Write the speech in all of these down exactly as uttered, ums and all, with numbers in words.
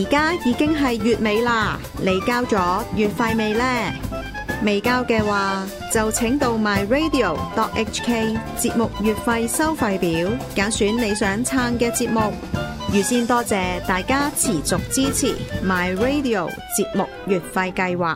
而家已經係月尾啦，你交咗月費未呢？未交嘅話，就請到 my radio dot h k 節目月費收費表，揀選你想撐嘅節目。預先多謝大家持續支持 my radio 節目月費計劃。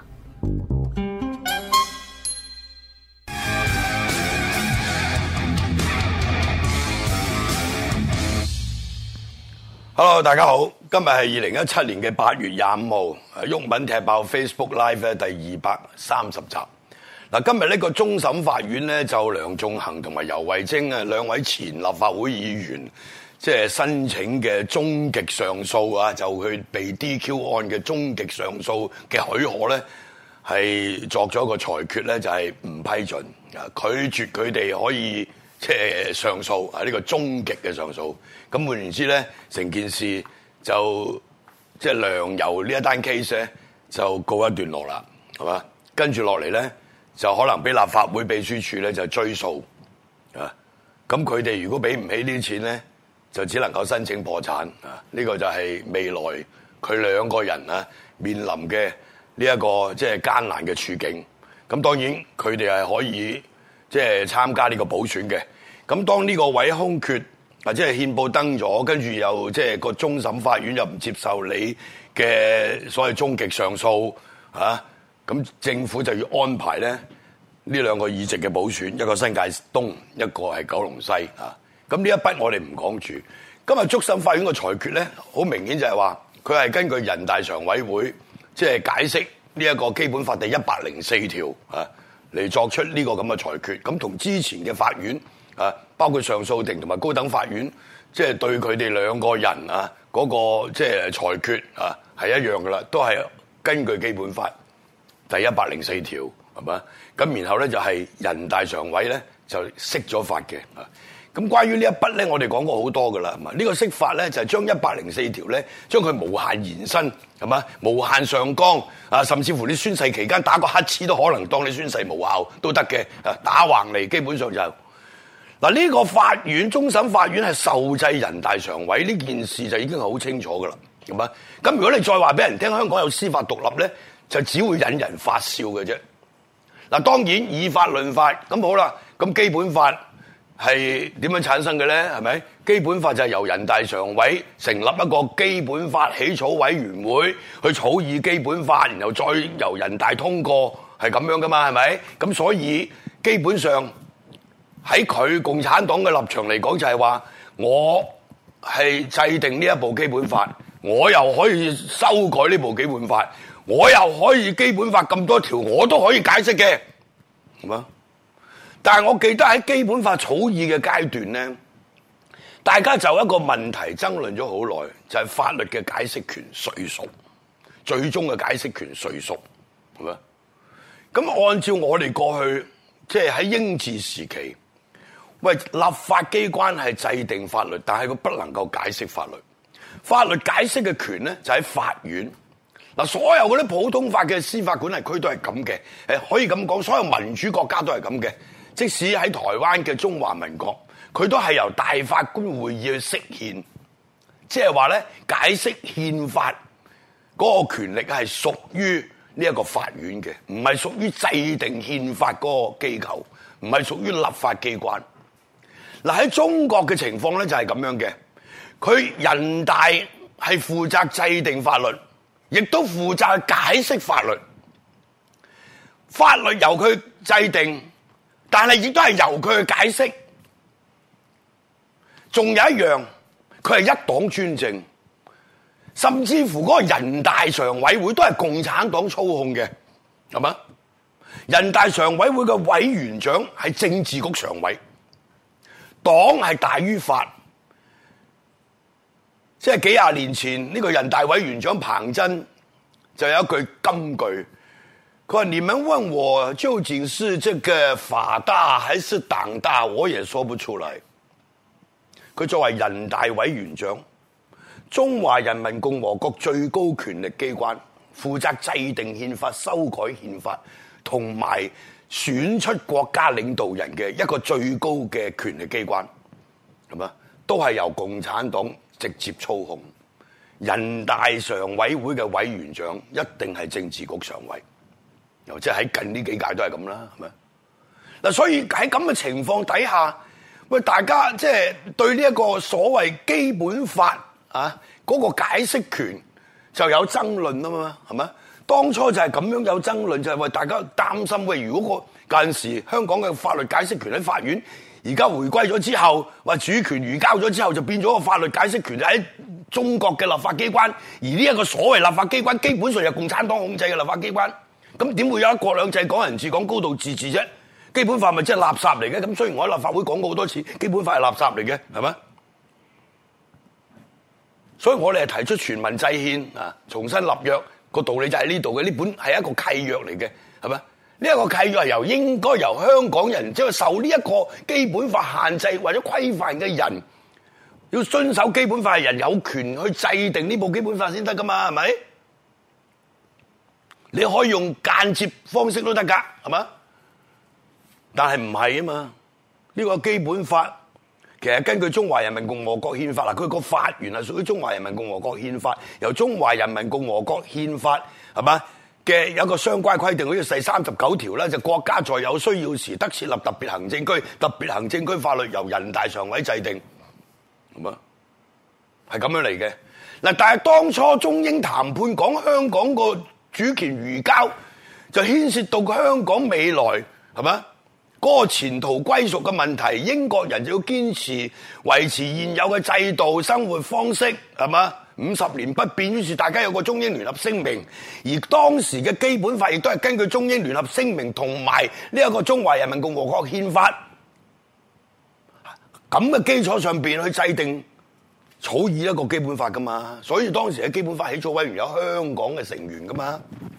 Hello， 大家好，今日係二零一七年嘅八月廿五號，毓民踢爆 Facebook Live 咧第二百三十集。嗱，今日呢個終審法院咧就梁頌恆同埋游蕙禎啊兩位前立法會議員，即係申請嘅終極上訴啊，就佢被 D Q 案嘅終極上訴嘅許可咧，係作咗一個裁決咧，就係唔批准啊，拒絕佢哋可以即係上訴啊，呢個終極嘅上訴。咁換言之咧，成件事就即係梁游呢一單 case 咧，就告一段落啦，係嘛？跟住落嚟咧，就可能俾立法會秘書處咧就追訴啊。咁佢哋如果俾唔起呢啲錢咧，就只能夠申請破產啊。呢個就係未來佢兩個人啊面臨嘅呢一個即係艱難嘅處境。咁當然佢哋係可以即係參加呢個補選嘅。咁當呢個位空缺，或者係憲報登咗，跟住又即係個終審法院又唔接受你嘅所謂終極上訴啊，咁政府就要安排咧呢兩個議席嘅補選，一個新界東，一個係九龍西啊。咁呢一筆我哋唔講住。今日終審法院個裁決咧，好明顯就係話佢係根據人大常委會即係解釋呢一個基本法第一百零四條啊嚟作出呢個咁嘅裁決。咁同之前嘅法院啊，包括上訴庭同埋高等法院，即係對佢哋兩個人啊嗰個即係裁決啊係一樣噶啦，都係根據基本法第一百零四條係嘛？咁然後咧就係人大常委咧就釋咗法嘅啊。咁關於呢一筆咧，我哋講過好多噶啦，係嘛？呢個釋法咧就係將一百零四條咧將佢無限延伸係嘛？無限上綱啊，甚至乎你宣誓期間打個乞嗤都可能當你宣誓無效都得嘅啊，打橫嚟基本上就。嗱，呢個法院終審法院係受制人大常委呢件事就已經係好清楚噶啦，係嘛？咁如果你再話俾人聽香港有司法獨立咧，就只會引人發笑嘅啫。嗱，當然以法論法，咁好啦，咁基本法係點樣產生嘅咧？係咪？基本法就係由人大常委成立一個基本法起草委員會去草擬基本法，然後再由人大通過，係咁樣噶嘛？係咪？咁所以基本上。喺佢共產黨嘅立場嚟講，就係話我係制定呢一部基本法，我又可以修改呢部基本法，我又可以基本法咁多條，我都可以解釋嘅，係嘛？但係我記得喺基本法草擬嘅階段咧，大家就一個問題爭論咗好耐，就係法律嘅解釋權誰屬，最終嘅解釋權誰屬，係嘛？咁按照我哋過去即係喺英治時期。喂，立法機關係制定法律，但係佢不能夠解釋法律。法律解釋嘅權咧就喺法院。嗱，所有嗰啲普通法嘅司法管轄區都係咁嘅。誒，可以咁講，所有民主國家都係咁嘅。即使喺台灣嘅中華民國，佢都係由大法官會議去釋憲，即係話咧解釋憲法嗰個權力係屬於呢一個法院嘅，唔係屬於制定憲法嗰個機構，唔係屬於立法機關。嗱，喺中國嘅情況咧就係咁樣嘅，佢人大係負責制定法律，亦都負責解釋法律。法律由佢制定，但係亦都係由佢去解釋。仲有一樣，佢係一黨專政，甚至乎嗰個人大常委會都係共產黨操控嘅，係嘛？人大常委會嘅委員長係政治局常委。黨係大於法，即係幾廿年前呢個人大委員長彭真就有一句金句，佢話：你們問我究竟是這個法大還是黨大，我也說不出來。佢作為人大委員長，中華人民共和國最高權力機關，負責制定憲法、修改憲法，同埋選出國家領導人嘅一個最高嘅權力機關，係嘛？都係由共產黨直接操控。 人大常委會嘅委員長一定係政治局常委，又即係喺近呢幾屆都係咁啦，係咪？嗱，所以喺咁嘅情況底下，喂，大家即係對呢一個所謂基本法啊嗰個解釋權就有爭論啊嘛，係咪？當初就係咁樣有爭論，就係喂大家擔心喂，如果個嗰陣時香港嘅法律解釋權喺法院，而家回歸咗之後，話主權移交咗之後，就變咗個法律解釋權就喺中國嘅立法機關，而呢一個所謂立法機關基本上係共產黨控制嘅立法機關，咁點會有一國兩制、港人治港、高度自治啫？基本法咪即係垃圾嚟嘅？咁雖然我喺立法會講過好多次，基本法係垃圾嚟嘅，係咪？所以我哋係提出全民制憲啊，重新立約，個道理就喺呢度嘅。呢本係一個契約嚟嘅，係咪？呢一個契約係由應該由香港人，即係受呢一個基本法限制或者規範嘅人，要遵守基本法嘅人有權去制定呢部基本法先得噶嘛？係咪？你可以用間接方式都得噶，係嘛？但係唔係啊嘛？呢個基本法其實根據中華人民共和國憲法啦，佢個法源係屬於中華人民共和國憲法，由中華人民共和國憲法係嘛嘅有一個相關規定，好似第三十九條咧，就國家在有需要時得設立特別行政區，特別行政區法律由人大常委制定，係嘛？係咁樣嚟嘅。嗱，但係當初中英談判講香港個主權移交，就牽涉到香港未來係嘛？嗰個前途歸屬嘅問題，英國人就要堅持維持現有嘅制度、生活方式，係嘛？五十年不變，於是大家有個中英聯合聲明，而當時嘅基本法亦都係根據中英聯合聲明同埋呢一個中華人民共和國憲法咁嘅基礎上邊去制定草擬一個基本法噶嘛，所以當時嘅基本法起草委員有香港嘅成員噶嘛。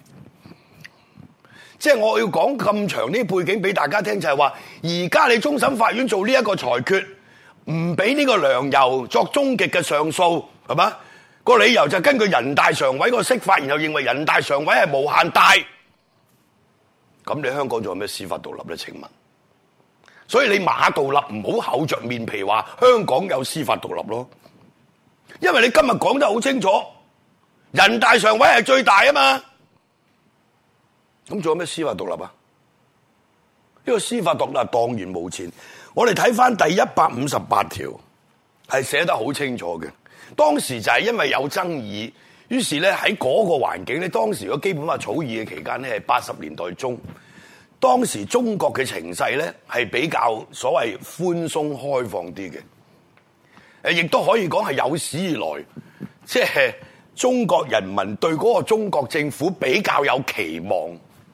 即係我要講咁長呢啲背景俾大家聽，就係話而家你終審法院做呢一個裁決，唔俾呢個梁游作終極嘅上訴，係嘛？個理由就根據人大常委個釋法，然後認為人大常委係無限大。咁你香港仲有咩司法獨立咧？請問，所以你馬道立唔好厚着面皮話香港有司法獨立咯，因為你今日講得好清楚，人大常委係最大啊嘛。咁仲有咩司法獨立啊？呢個司法獨立蕩然無前。我哋睇翻第一百五十八條，係寫得好清楚嘅。當時就係因為有爭議，於是咧喺嗰個環境咧，當時個基本法草擬嘅期間咧係八十年代中，當時中國嘅情勢咧係比較所謂寬鬆開放啲嘅，誒，亦都可以講係有史以來，即係中國人民對嗰個中國政府比較有期望。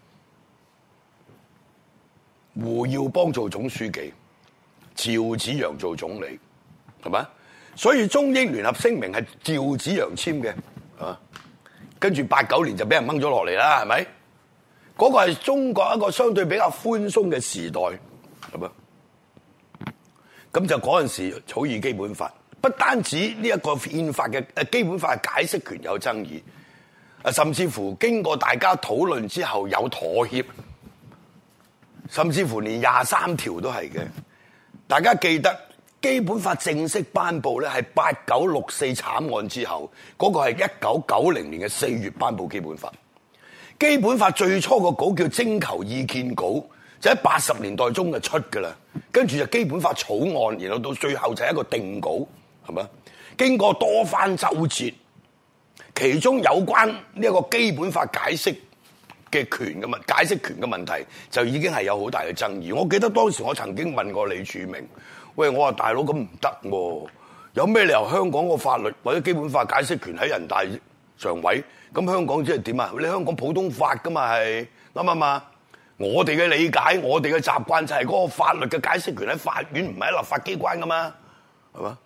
胡耀邦做總書記，趙紫陽做總理，係咪？所以中英聯合聲明係趙紫陽簽嘅，啊，跟住八九年就俾人掹咗落嚟啦，係咪？嗰個係中國一個相對比較寬鬆嘅時代，係咪？咁就嗰陣時草擬基本法，不單止呢一個憲法嘅誒基本法嘅解釋權有爭議，啊，甚至乎經過大家討論之後有妥協。甚至乎連廿三條都係嘅，大家記得基本法正式頒布咧係八九六四慘案之後，嗰個係一九九零年嘅四月頒布基本法。基本法最初個稿叫徵求意見稿，就喺八十年代中就出噶啦，跟住就基本法草案，然後到最後就係一個定稿，係咪？經過多番周折，其中有關呢一個基本法解釋嘅權嘅問解釋權嘅問題就已經係有好大嘅爭議。我記得當時我曾經問過李柱銘，喂，我話大佬咁唔得喎，有咩理由香港個法律或者基本法解釋權喺人大常委？咁香港即係點啊？你香港普通法噶嘛係啱啊嘛？我哋嘅理解，我哋嘅習慣就係嗰個法律嘅解釋權喺法院，唔係喺立法機關噶嘛，係嘛？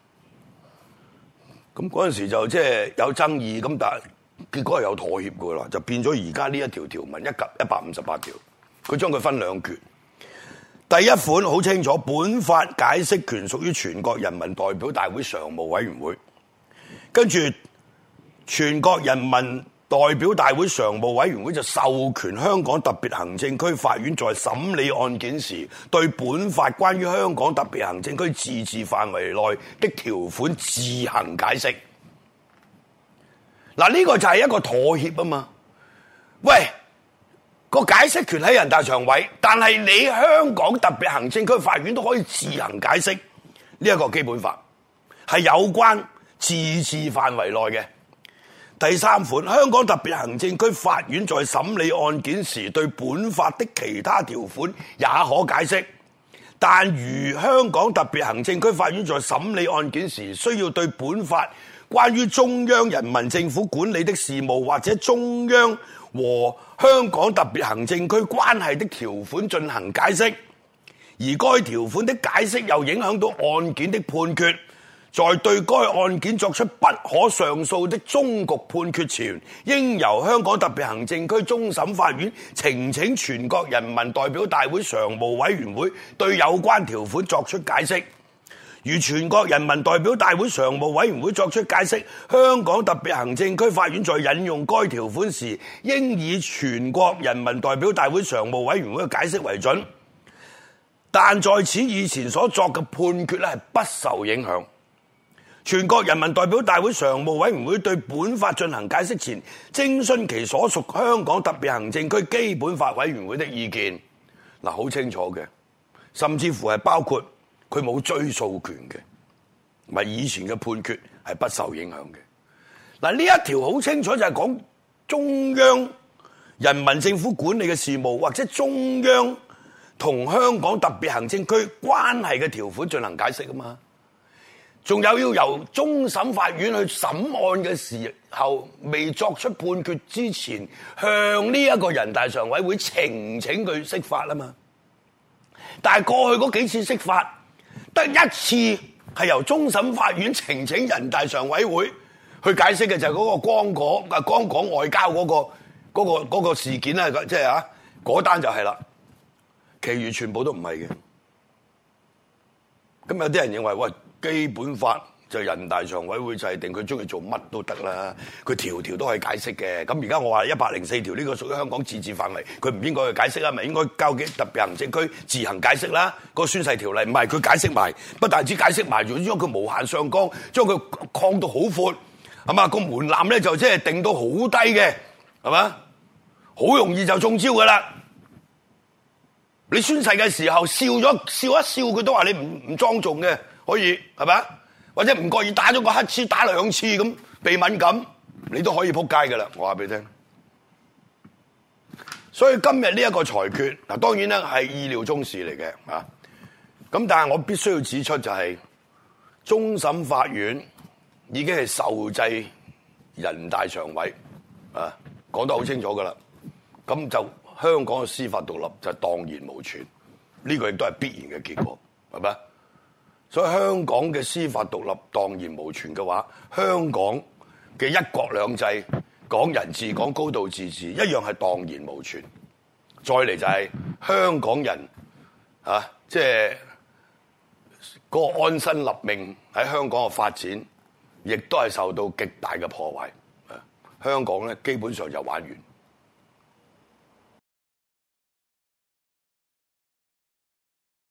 咁嗰陣時就即係有爭議，咁但係結果係有妥協㗎啦，就變咗而家呢一條條文一及一百五十八條，佢將佢分兩權。第一款好清楚，本法解釋權屬於全國人民代表大會常務委員會，跟住全國人民代表大會常務委員會就授權香港特別行政區法院在審理案件時，對本法關於香港特別行政區自治範圍內的條款自行解釋。 嗱，呢個就係一個妥協啊嘛。喂，個解釋權喺人大常委，但係你香港特別行政區法院都可以自行解釋呢一個基本法，係有關自治範圍內嘅。第三款，香港特別行政區法院在審理案件時，對本法的其他條款也可解釋，但如香港特別行政區法院在審理案件時，需要對本法關於中央人民政府管理的事務或者中央和香港特別行政區關係的條款進行解釋，而該條款的解釋又影響到案件的判決，在對該案件作出不可上訴的終局判決前，應由香港特別行政區終審法院呈請全國人民代表大會常務委員會對有關條款作出解釋。如全國人民代表大會常務委員會作出解釋，香港特別行政區法院在引用該條款時，應以全國人民代表大會常務委員會嘅解釋為準。但在此以前所作嘅判決咧係不受影響。全國人民代表大會常務委員會對本法進行解釋前，徵詢其所屬香港特別行政區基本法委員會的意見。嗱，好清楚嘅，甚至乎係包括佢冇追訴權嘅，咪以前嘅判決係不受影響嘅。嗱，呢一條好清楚就係講中央人民政府管理嘅事務或者中央同香港特別行政區關係嘅條款進行解釋啊嘛。仲有要由終審法院去審案嘅時候，未作出判決之前，向呢一個人大常委會呈請佢釋法啊嘛。但係過去嗰幾次釋法，得一次係由終審法院呈請人大常委會去解釋嘅，就係嗰個剛果啊剛港外交嗰、嗰個嗰、嗰個嗰個事件啦，即係啊嗰單就係啦，其餘全部都唔係嘅。咁有啲人認為喂，基本法就人大常委會制定，佢中意做乜都得啦，佢條條都可以解釋嘅。咁而家我話一百零四條呢個屬於香港自治範圍，佢唔應該去解釋啦，咪應該交俾特別行政區自行解釋啦。個宣誓條例唔係佢解釋埋，不但止解釋埋，仲將佢無限上綱，將佢擴到好闊，係嘛？個門檻咧就即係定到好低嘅，係嘛？好容易就中招噶啦！你宣誓嘅時候笑咗笑一笑，佢都話你唔唔莊重嘅。可以係咪？或者唔覺意打咗個乞嗤，打兩次咁鼻敏感，你都可以撲街噶啦！我話俾你聽。所以今日呢一個裁決，嗱當然咧係意料中事嚟嘅啊。咁但係我必須要指出就係、是，終審法院已經係受制人大常委啊，講得好清楚噶啦。咁就香港嘅司法獨立就蕩然無存，呢、這個亦都係必然嘅結果，係咪？所以香港嘅司法獨立蕩然無存嘅話，香港嘅一國兩制、港人治港、高度自治一樣係蕩然無存。再嚟就係香港人啊，即係嗰個安身立命喺香港嘅發展，亦都係受到極大嘅破壞。香港咧基本上就玩完。